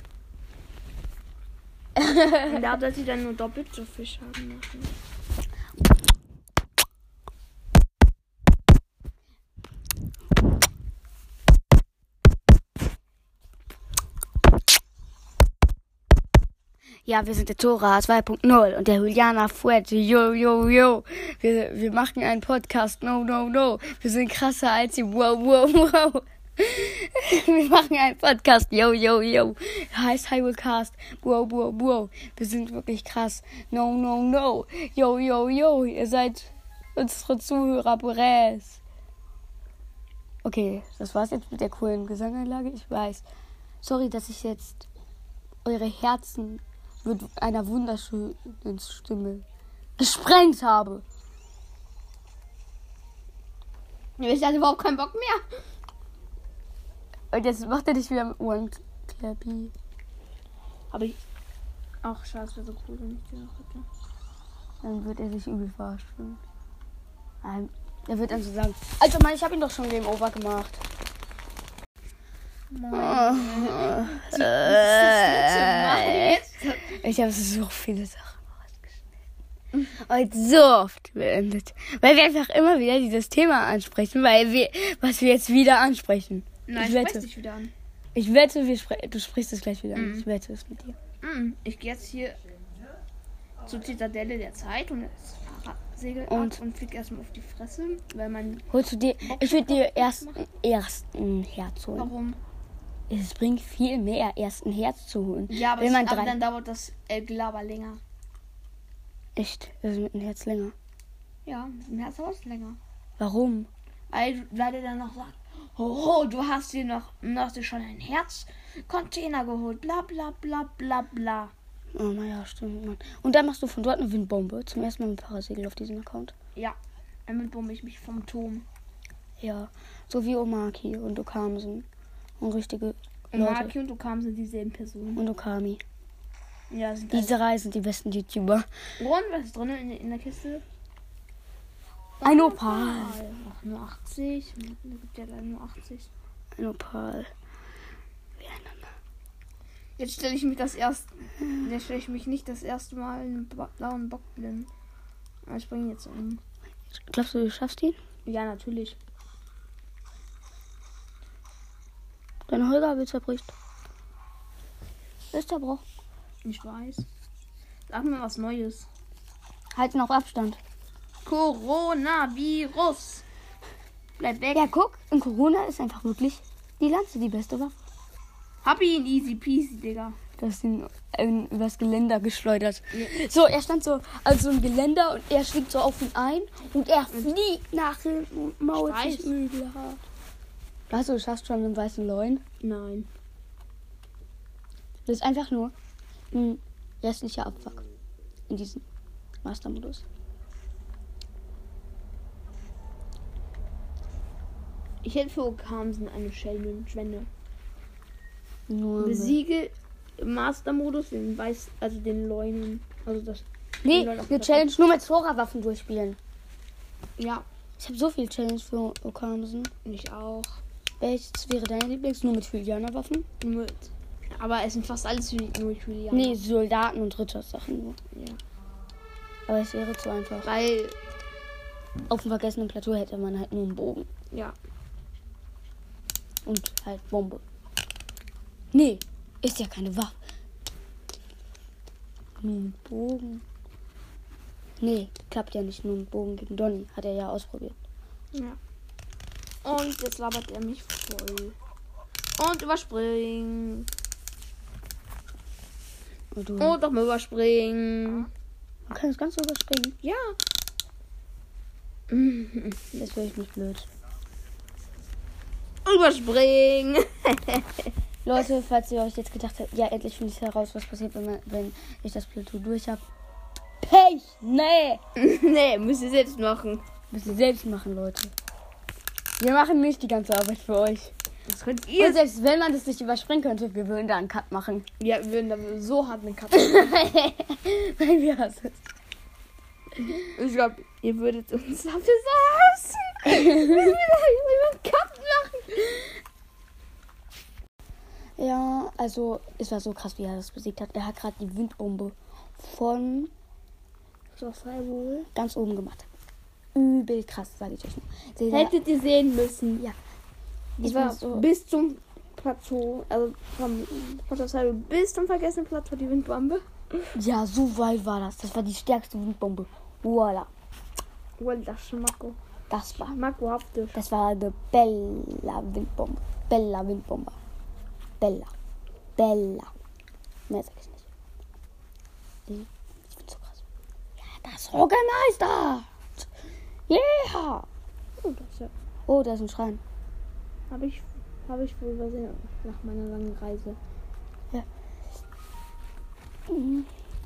Und da dass sie dann nur doppelt so viel Schaden machen. Ja, wir sind der Tora zwei Punkt null und der Juliana Fuerte. Yo, yo, yo. Wir, wir machen einen Podcast. No, no, no. Wir sind krasser als sie. Wow, wow, wow. Wir machen einen Podcast. Yo, yo, yo. Heißt Highwaycast. Wow, wow, wow. Wir sind wirklich krass. No, no, no. Yo, yo, yo. Ihr seid unsere Zuhörer. Bres. Okay, das war's jetzt mit der coolen Gesanganlage. Ich weiß. Sorry, dass ich jetzt eure Herzen mit einer wunderschönen Stimme gesprengt habe. Ich hatte überhaupt keinen Bock mehr. Und jetzt macht er dich wieder mit One Clappy. Aber ich. Ach, scheiße, wäre so cool, wenn ich die noch hätte. Dann wird er sich übel verarscht fühlen. Ähm, er wird dann so sagen, also Mann, ich habe ihn doch schon Game Over gemacht. Ich habe so viele Sachen rausgeschnitten. Und so oft beendet. Weil wir einfach immer wieder dieses Thema ansprechen, weil wir, was wir jetzt wieder ansprechen. Nein, ich ich wette. spreche dich wieder an. Ich wette, wir spre du sprichst es gleich wieder an. Mhm. Ich wette es mit dir. Mm, Ich gehe jetzt hier zur Zitadelle der Zeit und das Segel ab Und? und fliege erstmal auf die Fresse, weil man. Holst du dir, ich würde dir erst ersten Herz holen. Warum? Es bringt viel mehr, erst ein Herz zu holen. Ja, aber, Wenn es, man aber drei. dann dauert das äh, Gelaber länger. Echt? Das ist mit einem Herz länger. Ja, im Herz dauert es länger. Warum? Weil, weil der dann noch sagt, Oh, du hast dir noch, du hast dir schon ein Herzcontainer geholt. Bla bla bla bla bla. Oh, naja, stimmt, Mann. Und dann machst du von dort eine Windbombe. Zum ersten Mal mit Parasegel auf diesem Account. Ja, damit bombe ich mich vom Turm. Ja, so wie Omaki und Okamsen. Und richtige Und Leute. Maki und Okam sind dieselben Personen. Und Okami. Ja, sind Diese drei sind die besten YouTuber. Und was ist drin in, in der Kiste? Ein Opal. Ach, nur achtzig. Da gibt ja leider nur achtzig. Ein Opal. Jetzt stelle ich mich das erste. Jetzt stelle ich mich nicht das erste Mal in einen blauen Bock blind. Aber ich bringe jetzt um. Glaubst du, du schaffst ihn? Ja, natürlich. Dein Holger wird zerbricht. Ist zerbrochen. Ich weiß. Sag mir was Neues. Halt noch Abstand. Coronavirus. Bleib weg. Ja, guck, in Corona ist einfach wirklich die Lanze die beste Waffe. Hab ihn easy peasy, Digga. Du hast ihn ähm, übers Geländer geschleudert. Ja. So, er stand so als so ein Geländer und er schlägt so auf ihn ein und er fliegt nach hinten und mault sich übel hart. Weißt du, du schaffst schon einen weißen Leuen. Nein. Das ist einfach nur ein restlicher Abfuck in diesem Mastermodus. Ich hätte für Okamsen eine Schelmenschwende. Nur Besiege im Mastermodus den Weiß, also den Leunen. Also das. Nee, den Leuten auf eine der Challenge nur mit Zora-Waffen durchspielen. Ja, Ich habe so viel Challenge für Okamsen. ich auch. Welches wäre dein Lieblings? Nur mit Julianer-Waffen? Mit. Aber es sind fast alles wie, nur Julian. Nee, Soldaten und Rittersachen nur. Ja. Aber es wäre zu einfach. Weil. Auf dem vergessenen Plateau hätte man halt nur einen Bogen. Ja. Und halt Bombe. Nee, ist ja keine Waffe. Nur ein Bogen. Nee, klappt ja nicht nur ein Bogen gegen Donny. Hat er ja ausprobiert. Ja. Und jetzt labert er mich voll. Und überspringen. Und du Und nochmal überspringen. man kann das Ganze überspringen. Ja. Das wäre ich nicht blöd. Überspringen. Leute, falls ihr euch jetzt gedacht habt, ja, endlich finde ich heraus, was passiert, wenn, man, wenn ich das Plateau durch habe. Pech! Nee! Nee, müsst ihr selbst machen. Müsst ihr selbst machen, Leute. Wir machen nicht die ganze Arbeit für euch. Das könnt Und ihr. selbst wenn man das nicht überspringen könnte, wir würden da einen Cut machen. Ja, wir würden da so hart einen Cut Nein, wir hassen es. Ich glaube, ihr würdet uns dafür so hassen. Wir würden einen Cut machen. Ja, also, es war so krass, wie er das besiegt hat. Er hat gerade die Windbombe von Das war wohl. ganz oben gemacht. Übel krass, sage ich euch nur. Dieser, Hättet ihr sehen müssen. Ja. Ich Ich war war so- bis zum Plateau, also vom Plateau bis zum vergessenen Plateau die Windbombe. ja, so weit war das. Das war die stärkste Windbombe. Voila. Oh, das Schmacko. Das war. Schmacko haftig. Das war eine Bella Windbombe. Bella Windbombe. Bella. Bella. Mehr sag ich nicht. Ich find's so krass. Ja, das Organizer. Yeah. Oh, das ja. Oh, da ist ein Schrein. Habe ich, hab ich wohl übersehen nach meiner langen Reise. Mhm.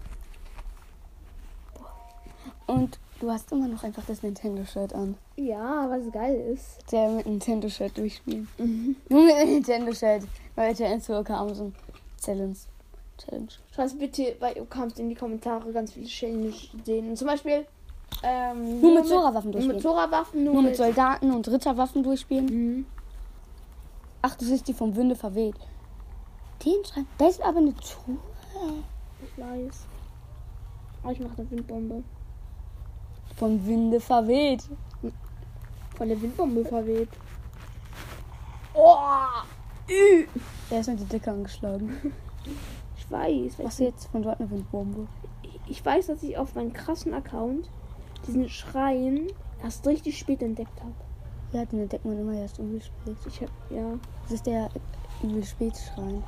Und du hast immer noch einfach das Nintendo-Shirt an. Ja, was geil ist. Der mit Nintendo-Shirt durchspielen. Nur mit Nintendo-Shirt. Leute, Enzo Amazon Challenge. Challenge. Schreib bitte bei Okamst in die Kommentare ganz viele Challenge sehen. Und zum Beispiel ähm, Nur mit Zora-Waffen Nur mit durchspielen. Zora-Waffen, nur, Nur mit mit Soldaten und Ritterwaffen durchspielen. Mhm. Ach, das ist die vom Winde verweht. Den Schrein. Da ist aber eine Truhe. Ich weiß. Oh, ich mache eine Windbombe. Vom Winde verweht. Von der Windbombe verweht. Oh! Ü. Der ist mit die Decke angeschlagen. Ich weiß. Was jetzt von dort eine Windbombe? Ich, ich weiß, dass ich auf meinem krassen Account diesen Schrein erst richtig spät entdeckt habe. Ja, den entdeckt man immer erst übel spät. Ich hab, ja. Das ist der übel spät Schrein.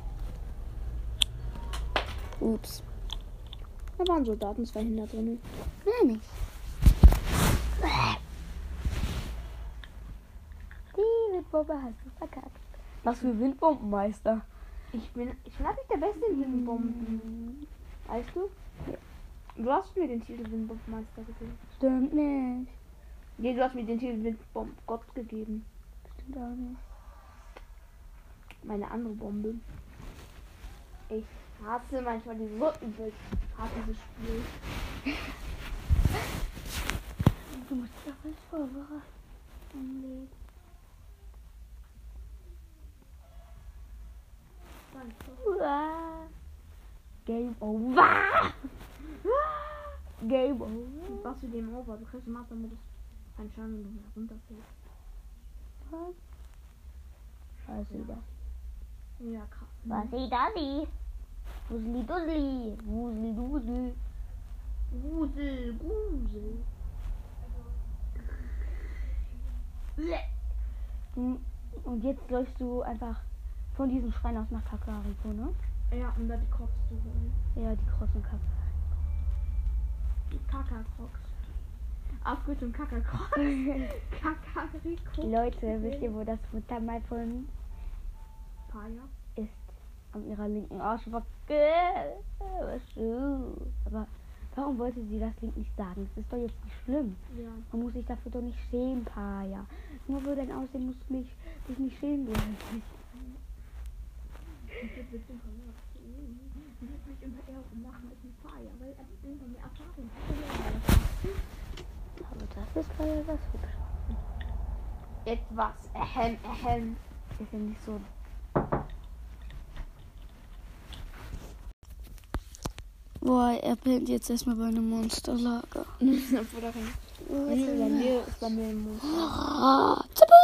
Ups. Da waren Soldaten, zwei Hinder drin. Nein, nicht. Die Windbombe hast du verkackt. Was für Windbombenmeister. Ich bin, ich bin nicht der Beste in Windbomben. Weißt du? Ja. Du hast mir den Titel Windbombenmeister gegeben. Stimmt nicht. Nee, du hast mir den Titel Windbombengott gegeben. Stimmt auch nicht. Meine andere Bombe. Ich hasse manchmal diese Rückenbild. Ich hasse dieses Spiel. Du musst dich auf alles vorbereiten. Nee. Uah. Game over. Game over. Was für Game Over? Du kriegst Master Modus keinen Schaden, wenn du mehr runterfällst. Scheiße. Ja, krass. Was ist das? Wusli dusli. Wusli dusli. Grusel, Grusel. Und jetzt läufst du einfach von diesem Schrein aus nach Kakariko, ne? Ja, um da die Crocs zu holen. Ja, die großen Kakariko. Die Kaka-Crocs. Abkürzung Kaka-Crocs. Kakariko. Leute, wisst ihr, wo das Futtermal von Paya. ist? An ihrer linken Arschbacke. Was so. Aber warum wollte sie das Link nicht sagen? Das ist doch jetzt nicht schlimm. Ja. Man muss sich dafür doch nicht schämen, Paya. Nur für dein Aussehen musst du nicht, dich nicht schämen. Ich würde mich immer eher machen als ein Paya, weil er immer mehr Erfahrung hat. Aber das ist leider das hübsch. Etwas. Ahem, ahem. Ist ja nicht so. Boah, er pennt jetzt erstmal bei einem Monsterlager. Oder kein. Bei mir ist bei mir ein Monster.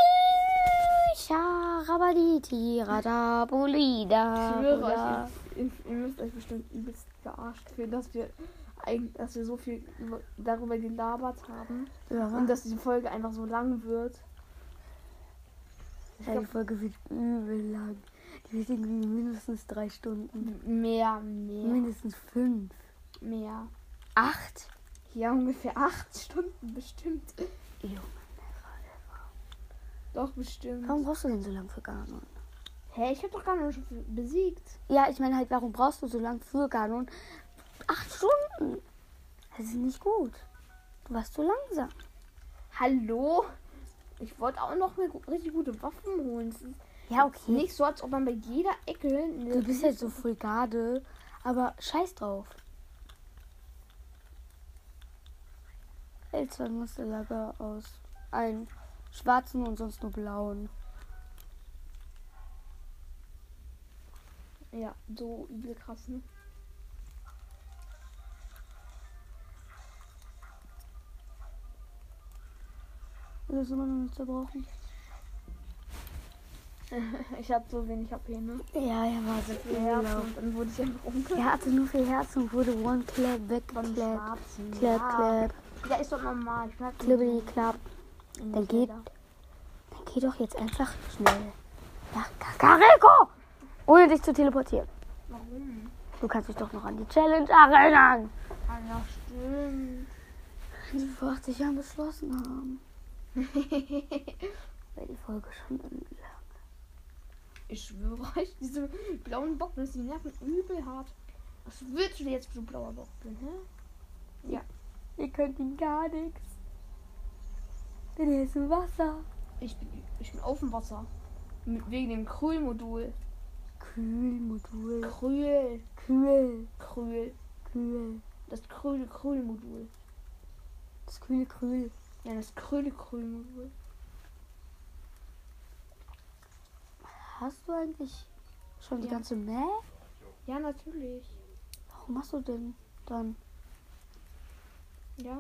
Charabaditi, Radabulida. Ich schwöre euch, ihr, ihr müsst euch bestimmt übelst verarscht fühlen, dass wir eigentlich, dass wir so viel über, darüber gelabert haben Ja, und dass die Folge einfach so lang wird. ja, die Folge wird übel lang. Die wird irgendwie mindestens drei Stunden. Mehr, mehr, Mindestens fünf. mehr. Acht? Ja, ungefähr acht Stunden bestimmt. Junge. Doch, bestimmt. Warum brauchst du denn so lange für Ganon? Hä, ich hab doch gar nicht schon besiegt. Ja, ich meine halt, warum brauchst du so lange für Ganon? Acht Stunden. Das ist nicht gut. Du warst zu langsam. Hallo? Ich wollte auch noch eine gu- richtig gute Waffen holen. Es ist Ja, okay. nicht so, als ob man bei jeder Ecke... eine- Du bist jetzt so Frigade, aber scheiß drauf. L zwei Monsterlager aus einem schwarzen und sonst nur blauen. Ja, so übel krass, ne? Das ist immer noch nicht zerbrochen. Ich hab so wenig H P, ne? Ja, er war so viel Ja, Herzen. und dann wurde ich einfach umgekehrt. Er hatte nur viel Herzen und wurde one clap Von weggeklappt. Schwarzen. Clap, ja. clap, Ja, ist doch normal. Ich bleib klibbidi, klapp. in Dann der geht, Felder. dann geh doch jetzt einfach schnell nach Kakariko, ohne dich zu teleportieren. Warum? Du kannst dich doch noch an die Challenge erinnern, Ah, ja, stimmt. die wir vor achtzig Jahren beschlossen haben. Weil die Folge schon irgendwie lang. Ich schwöre euch, diese blauen Bockblins, die nerven übel hart. Was willst du jetzt, du blauer Bockblin, hä? Ja. Ihr könnt ihn gar nichts. Denn er ist im Wasser. Ich bin, ich bin auf dem Wasser. Mit, wegen dem Krühlmodul. Kühlmodul. Krühl. Kühl. Krühl. Kühl. Das Krühl-Krühl-Modul. Das kühle Kühl. Ja, das Krühl-Krühl-Modul. Hast du eigentlich schon die Ja. ganze Map? Ja, natürlich. Warum machst du denn dann? Ja.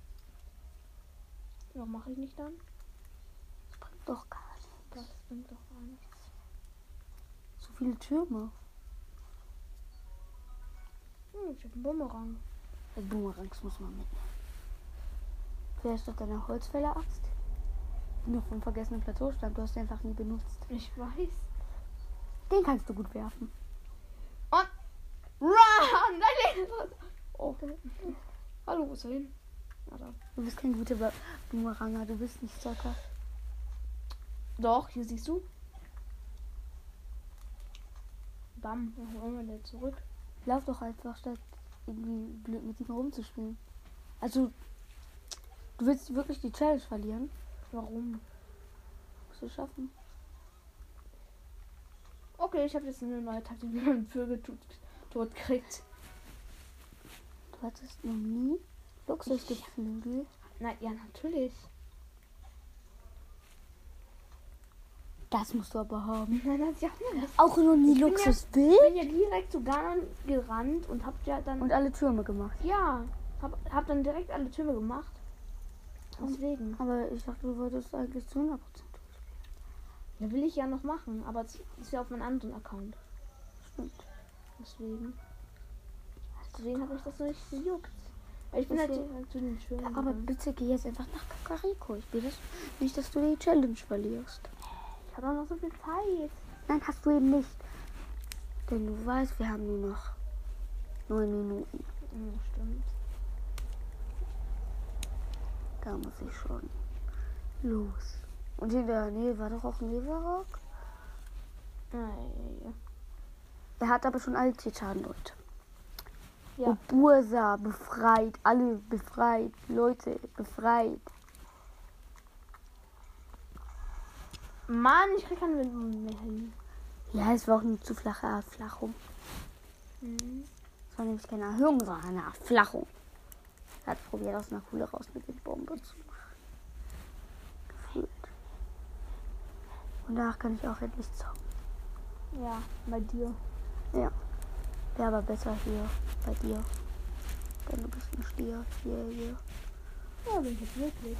Warum mache ich nicht dann? Das bringt doch gar nichts. Das bringt doch gar nichts. So viele Türme. Hm, ich hab einen Bumerang. Das Boomerangs muss man mitnehmen. Wer ist doch deine Holzfäller-Axt? Die noch vom vergessenen Plateau stand. Du hast sie einfach nie benutzt. Ich weiß. Den kannst du gut werfen. Und run! Nein, nein. Oh. Hallo, wo ist er hin? Ja, da. Du bist kein guter Ba- Boomeranger. Du bist nicht Zocker. Doch, hier siehst du. Bam, dann holen wir den zurück. Lauf doch einfach, statt irgendwie blöd mit ihm rumzuspielen. Also, du willst wirklich die Challenge verlieren? Warum? Musst du schaffen. Okay, ich habe jetzt eine neue Taktik, wie man Vögel tot, tot kriegt. Du hattest noch nie Luxusgeflügel. Na ja, natürlich. Das musst du aber haben. Nein, das ist ja nicht. Auch noch nie Ich bin ja- Luxusbild? Ich bin ja direkt zu Ganon gerannt und hab ja dann. Und alle Türme gemacht. ja, hab, hab dann direkt alle Türme gemacht. Deswegen. Aber ich dachte, du wolltest eigentlich zu hundert Prozent. Ja, will ich ja noch machen, aber es ist ja auf meinem anderen Account. Stimmt. Deswegen. Deswegen habe ich das noch nicht gejuckt. Weil ich bin halt Deswegen- zu, zu den Türmen. Aber gegangen. bitte geh jetzt einfach nach Kakariko. Ich will das nicht, dass du die Challenge verlierst. Ich habe noch so viel Zeit. Nein, hast du eben nicht. Denn du weißt, wir haben nur noch neun Minuten. Ja, stimmt. Da muss ich schon los. Und in der Nähe war doch auch ein Leverrock. Ja, ja, ja. Er hat aber schon alle Titanen, Leute. Ja. Und Bursa befreit, alle befreit, Leute befreit. Mann, ich krieg keine Windmühlen mehr hin. Ja, es war auch eine zu flache Erflachung. Mhm. Es war nämlich keine Erhöhung, sondern eine Erflachung. Er hat probiert, aus einer Kuhle raus eine Bombe zu machen. Gefühlt. Und danach kann ich auch endlich zocken. Ja, bei dir. Ja. Wäre aber besser hier bei dir. Denn du bist ein Stier. Hier, hier. Ja, bin ich jetzt wirklich.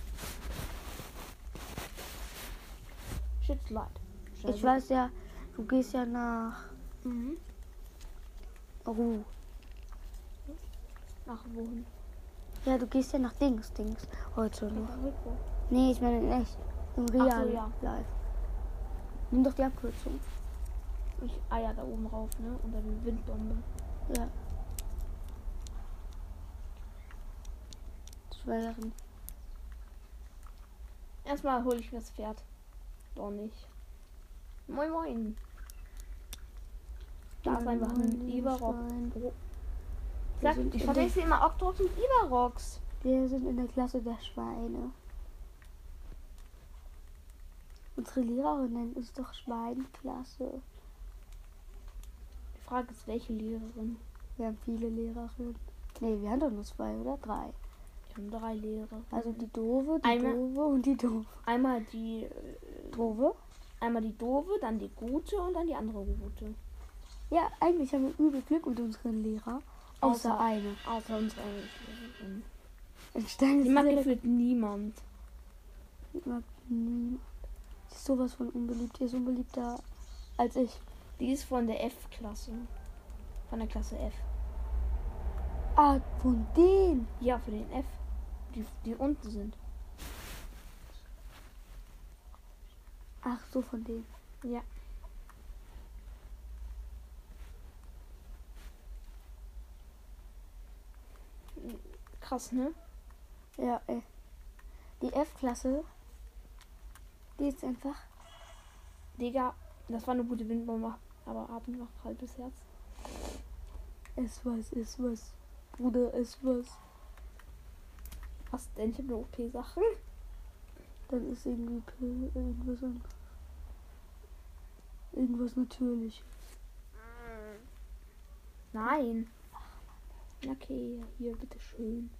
Shit, leid. Ich weiß ja, du gehst ja nach Mhm. Ruhe. Nach wohin? Ja, du gehst ja nach Dings, Dings. Heute noch. Rico. Nee, ich meine in echt. Im Ach Real so, ja. Live. Nimm doch die Abkürzung. Ich eier da oben rauf, ne? Unter die Windbombe. Ja. Schweren. Erstmal hole ich mir das Pferd. Doch nicht. Moin moin. Da ist einfach ein Iberock. Oh. Ich, sag, sind ich in verwechsel immer Octrox und Iberocks. Wir sind in der Klasse der Schweine. Unsere Lehrerin nennt uns doch Schweinklasse. Die Frage ist, welche Lehrerin? Wir haben viele Lehrerinnen. Nee, wir haben doch nur zwei oder drei. Ich habe drei Lehrer. Also die Doofe, die Einmal- Doofe und die Doofe. Einmal die äh, Doofe? einmal die doofe, dann die gute und dann die andere gute. Ja, eigentlich haben wir übel Glück mit unseren Lehrern. Außer, Außer- eine. Außer unsere Englischlehrerin. In Stein Die ist mag sehr- gefühlt niemand. die mag niemand. Die ist sowas von unbeliebt. Die ist unbeliebter als ich. Die ist von der F-Klasse. Von der Klasse F. Ah, von denen. Ja, für den F. Die, die unten sind. Ach so, von denen. Ja. Krass, ne? Ja, ey. Die F-Klasse, die ist einfach. Digga, das war eine gute Windbombe, aber Atem noch halbes Herz. Ist was, ist was. Bruder, ist was. Was denn? Ich habe eine O P-Sachen. Dann ist irgendwie P- irgendwas an. Irgendwas Natürliches. Nein. Okay, hier, bitteschön.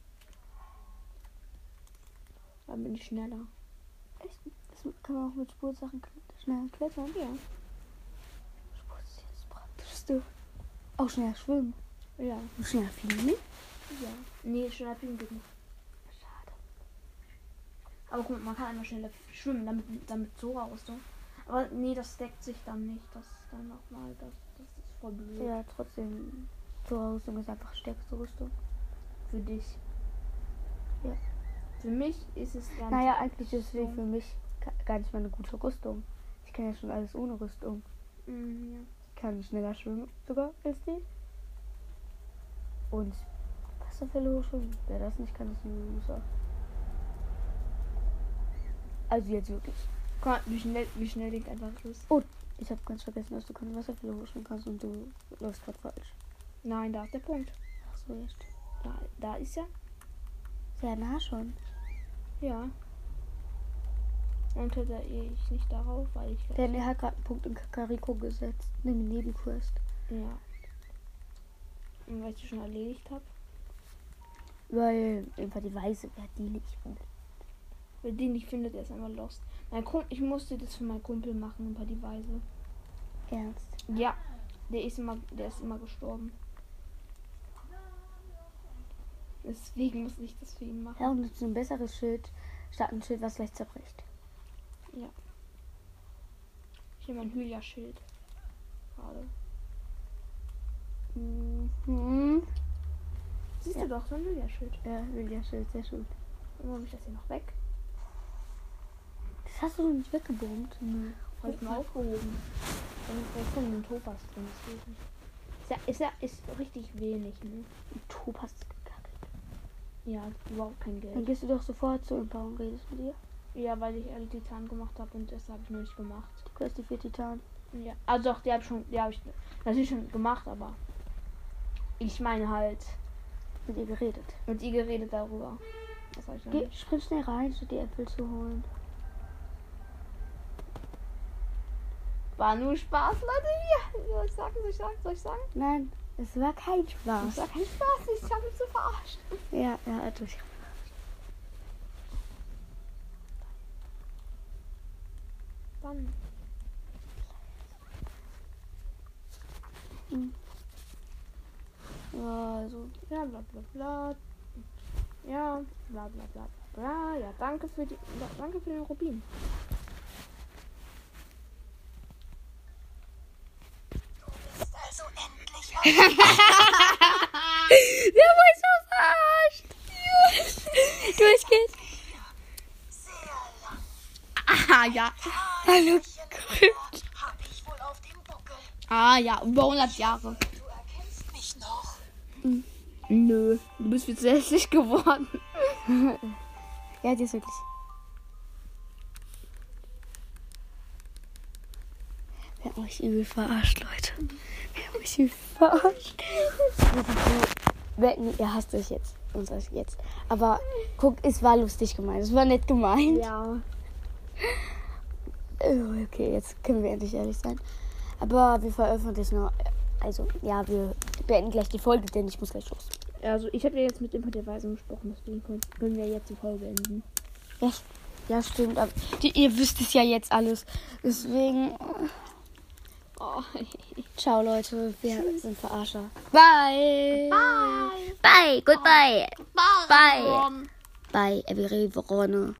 Dann bin ich schneller. Echt? Das kann man auch mit Spursachen kle- schnell klettern. Ja. Spur ist ja das Praktischste. Auch schnell schwimmen. Ja. Und schnell fliegen. Ja. Nee, schneller fliegen geht nicht. Schade. Aber guck mal, man kann einmal schneller schwimmen, damit, damit Sora-Rüstung. Aber nee, das deckt sich dann nicht. Das ist dann nochmal, das, das ist voll blöd. Ja, trotzdem. Zur Rüstung ist einfach stärkste Rüstung. Für dich. Ja. Für mich ist es dann. Naja, eigentlich ist sie für mich ga- gar nicht mal eine gute Rüstung. Ich kann ja schon alles ohne Rüstung. Mhm, ja. Ich kann schneller schwimmen sogar als die. Und Wasserfälle hochschwimmen. Wer das nicht kann, ist ein Loser. Also jetzt wirklich. Guck mal, wie schnell, wie schnell Link einfach ist. Oh, ich habe ganz vergessen, dass du keine Wasserfälle hochspringen kannst und du läufst gerade falsch. Nein, da ist der Punkt. Ach so, jetzt. Da, da ist er. Sehr nah schon. Ja. Und hätte ich nicht darauf, weil ich... Denn er hat gerade einen Punkt in Kakariko gesetzt. Eine Nebenquest. Ja. Und weil ich die schon erledigt habe. Weil einfach die Weise, wer die nicht findet. Wer die nicht findet, der ist einmal lost. Mein Kumpel, ich musste das für meinen Kumpel machen, ein paar die Weise. Ernst. Ja. Der ist immer, der ist immer gestorben. Deswegen muss ich das für ihn machen. Ja, und jetzt ein besseres Schild statt ein Schild, was leicht zerbricht. Ja. Ich nehme mein Hylia-Schild. Gerade. Mhm. Siehst Ja. du doch, so ein Hylia-Schild. Ja, Hylia-Schild, sehr schön. Dann mache ich das hier noch weg. Das hast du doch nicht weggebombt. Nö. Habe ich mal aufgehoben. Dann ist von den Topas drin. Das geht nicht. Ist ja, ist ja ist richtig wenig, ne? Topaz gekackt. Ja, überhaupt kein Dann Geld. gehst du doch sofort zu Impa und redest mit ihr. Ja, weil ich alle Titan gemacht habe und das habe ich noch nicht gemacht. Du kriegst die vier Titan. Ja, also doch, die habe ich schon, die habe ich natürlich schon gemacht, aber ich meine halt Mit ihr geredet. mit ihr geredet darüber. Das habe ich noch Geh, nicht. spring schnell rein, statt die Äpfel zu holen. War nur Spaß, Leute. Hier. Soll ich sagen, soll ich sagen, soll ich sagen? Nein, es war kein Das Spaß. war kein Spaß, ich habe mich so verarscht. Ja, ja, durch. Dann. Also, Ja, bla bla bla. Ja, bla bla bla bla. Ja, danke für die. Danke für den Rubin. Also endlich wir haben euch so verarscht. Durch geht's. sehr lang. Ah, ja. Hallo. Hab ich wohl auf dem Buckel. Ah, ja, über hundert Jahre. Du erkennst mich noch. Nö, du bist viel zu hässlich geworden. Ja, die ist wirklich. Wir haben euch übel verarscht, Leute. Wir haben euch übel verarscht. Wetten, ihr hasst euch jetzt. Uns euch jetzt. Aber guck, es war lustig gemeint. Es war nett gemeint. Ja. Oh, okay, jetzt können wir endlich ehrlich sein. Aber wir veröffentlichen noch. Also, ja, wir beenden gleich die Folge, denn ich muss gleich los. Also, ich habe ja jetzt mit Impa der Weisen gesprochen, deswegen können- können wir jetzt die Folge enden. Ja, ja stimmt. Aber die, ihr wisst es ja jetzt alles. Deswegen. Oh. Ciao, Leute. Wir sind Verarscher. Bye. Bye. Bye. Goodbye. Bye. Bye. Bye. Everyone.